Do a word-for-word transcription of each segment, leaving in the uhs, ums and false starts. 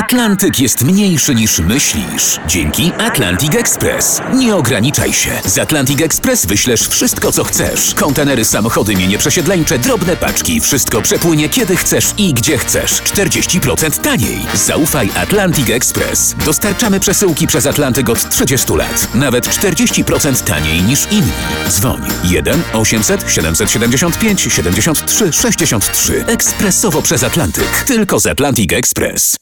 Atlantyk jest mniejszy niż myślisz. Dzięki Atlantic Express. Nie ograniczaj się. Z Atlantic Express wyślesz wszystko, co chcesz. Kontenery, samochody, mienie przesiedleńcze, drobne paczki. Wszystko przepłynie kiedy chcesz i gdzie chcesz. czterdzieści procent taniej. Zaufaj Atlantic Express. Dostarczamy przesyłki przez Atlantyk od trzydziestu lat. Nawet czterdzieści procent taniej niż inni. Dzwoń jeden osiemset siedemset siedemdziesiąt pięć siedemdziesiąt trzy sześćdziesiąt trzy. Ekspresowo przez Atlantyk. Tylko z Atlantic Express.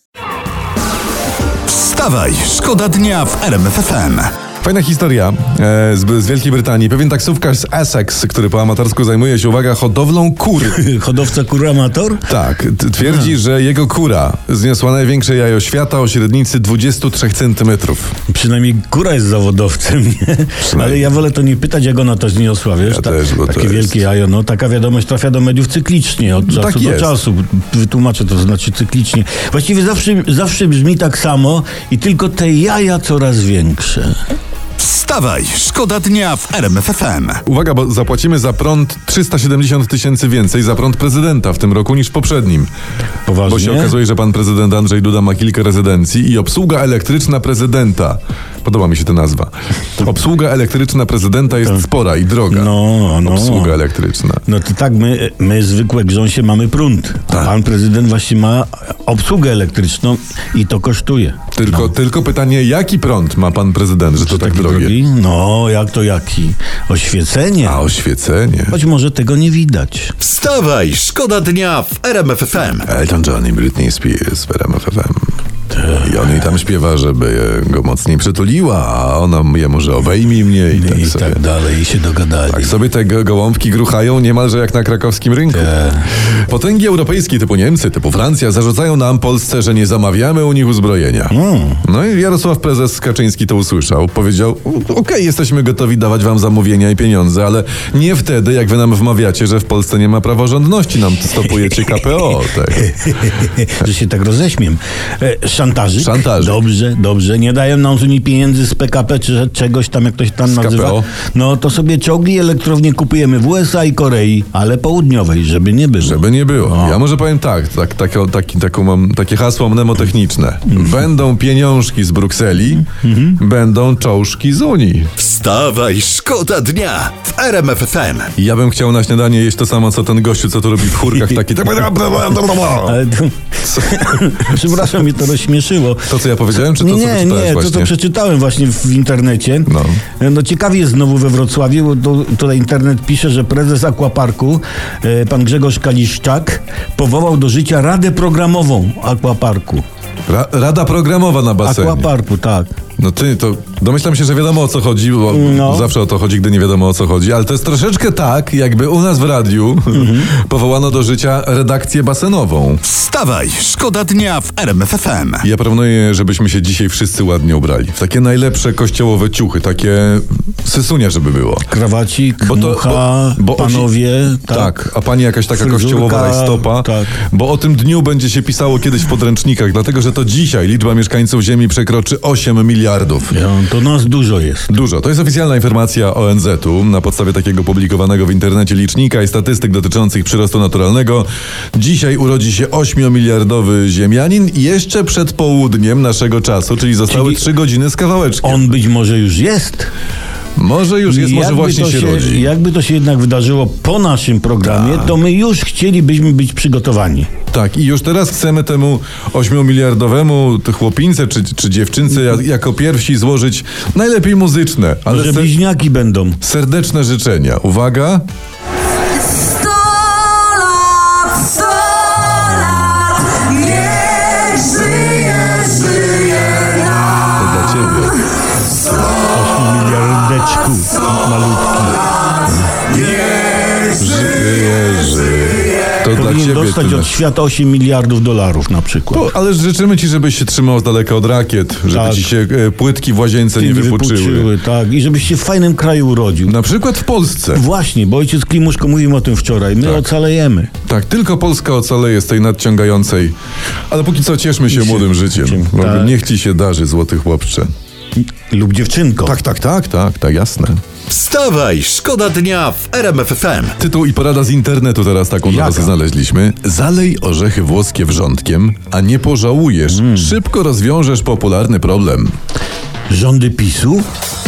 Wstawaj, szkoda dnia w R M F F M. Fajna historia e, z, z Wielkiej Brytanii. Pewien taksówkarz z Essex, który po amatorsku zajmuje się, uwaga, hodowlą kur. Hodowca kur amator? Tak. T- twierdzi, A. że jego kura zniosła największe jajo świata o średnicy dwadzieścia trzy centymetrów. Przynajmniej kura jest zawodowcem, nie? Ale ja wolę to nie pytać, jak ona to zniosła, wiesz? Ja Ta, też, bo takie to wielkie jest... jajo. No, taka wiadomość trafia do mediów cyklicznie, od no czasu tak do jest. czasu. Wytłumaczę, to znaczy cyklicznie. Właściwie zawsze, zawsze brzmi tak samo i tylko te jaja coraz większe. Wstawaj, szkoda dnia w R M F F M. Uwaga, bo zapłacimy za prąd trzysta siedemdziesiąt tysięcy więcej za prąd prezydenta w tym roku niż w poprzednim. Poważnie? Bo się okazuje, że pan prezydent Andrzej Duda ma kilka rezydencji i obsługa elektryczna prezydenta. Podoba mi się ta nazwa. Obsługa elektryczna prezydenta jest spora i droga. No, no. Obsługa elektryczna. No to tak, my, my zwykłe grząsie mamy prąd. A Tak. pan prezydent właśnie ma obsługę elektryczną i to kosztuje. Tylko, no. tylko pytanie, jaki prąd ma pan prezydent, że to tak Taki drogie? drogi? No, jak to jaki? Oświecenie. A oświecenie. Choć może tego nie widać. Wstawaj, szkoda dnia w R M F F M. Elton John i Britney Spears w R M F F M. I on jej tam śpiewa, żeby go mocniej przytuliła, a ona jemu, że obejmij mnie i, tak, I sobie, tak dalej, i się dogadali. tak sobie te go- gołąbki gruchają niemalże jak na krakowskim rynku. Te. Potęgi europejskie typu Niemcy, typu Francja zarzucają nam Polsce, że nie zamawiamy u nich uzbrojenia. Mm. No i Jarosław Prezes Kaczyński to usłyszał. Powiedział, okej, okay, jesteśmy gotowi dawać wam zamówienia i pieniądze, ale nie wtedy, jak wy nam wmawiacie, że w Polsce nie ma praworządności, nam stopujecie K P O. Tak. Że się tak roześmiem. E, szantażyk? Szantażyk. Dobrze, dobrze. Nie dają nam z Unii pieniędzy z P K P czy czegoś tam, jak to się tam Z nazywa. K P O. No to sobie czołgi elektrownie kupujemy w U S A i Korei, ale południowej, żeby nie było. Żeby nie było. No. Ja może powiem tak, tak, tak taki, taką mam, takie hasło mnemotechniczne. Będą pieniążki z Brukseli, będą czołżki z Unii. Wstawaj, szkoda dnia w R M F F M. I ja bym chciał na śniadanie jeść to samo, co ten gościu, co to robi w chórkach, taki... tak- Ale to... Przepraszam, mnie to rozśmieszyło. To, co ja powiedziałem, czy to, co Nie, przeczytałeś nie, to właśnie? co przeczytałem właśnie w internecie. No. No ciekawie jest znowu we Wrocławiu, bo tu, tutaj internet pisze, że prezes Aquaparku, e, pan Grzegorz Kaliszczak, powołał do życia radę programową Aquaparku. Ra- Rada programowa na basenie. Aquaparku, tak. No ty, to domyślam się, że wiadomo o co chodzi, bo No. zawsze o to chodzi, gdy nie wiadomo o co chodzi, ale to jest troszeczkę tak, jakby u nas w radiu powołano do życia redakcję basenową. Wstawaj, szkoda dnia w R M F F M. Ja proponuję, żebyśmy się dzisiaj wszyscy ładnie ubrali. W takie najlepsze kościołowe ciuchy, takie sysunia, żeby było. Krawacik, Bo to- mucha, bo- bo o- panowie. Tak. Tak. a pani jakaś taka Fryzurka, kościołowa rajstopa, tak. bo o tym dniu będzie się pisało kiedyś w podręcznikach, dlatego że to dzisiaj liczba mieszkańców Ziemi przekroczy osiem miliardów. Ja, to nas dużo jest. Dużo. To jest oficjalna informacja O N Z u na podstawie takiego publikowanego w internecie licznika i statystyk dotyczących przyrostu naturalnego. Dzisiaj urodzi się ośmiomiliardowy ziemianin jeszcze przed południem naszego czasu, czyli zostały Czyli trzy godziny z kawałeczkiem. On być może już jest. Może już jest, może Jakby właśnie to się rodzi. Jakby to się jednak wydarzyło po naszym programie, to my już chcielibyśmy być przygotowani. Tak, i już teraz chcemy temu ośmiomiliardowemu chłopince czy, czy dziewczynce ja- jako pierwsi złożyć najlepiej muzyczne, ale Że ser- bliźniaki będą. serdeczne życzenia. Uwaga. Sto lat, sto lat, niech żyje, żyje nam. To dla ciebie. Miliardeczku malutki. Niech Żyje, żyje. To dla Powinien ciebie. dostać tyle. od świata osiem miliardów dolarów na przykład. O, ale życzymy ci, żebyś się trzymał z daleka od rakiet, żeby Tak. ci się e, płytki w łazience Ty nie wypuczyły. Tak, i żebyś się w fajnym kraju urodził. Na przykład w Polsce. Właśnie, bo ojciec Klimuszko mówił o tym wczoraj. My Tak. ocalejemy. Tak, tylko Polska ocaleje z tej nadciągającej. Ale póki co cieszmy się się młodym życiem. życiem, Bo tak. Niech ci się darzy, złoty chłopcze. Lub dziewczynko. Tak, tak, tak, tak, tak, jasne. Wstawaj, szkoda dnia w R M F F M. Tytuł i porada z internetu teraz taką dla was Jaka? znaleźliśmy. Zalej orzechy włoskie wrzątkiem, a nie pożałujesz. Szybko rozwiążesz popularny problem. Rządy PiSu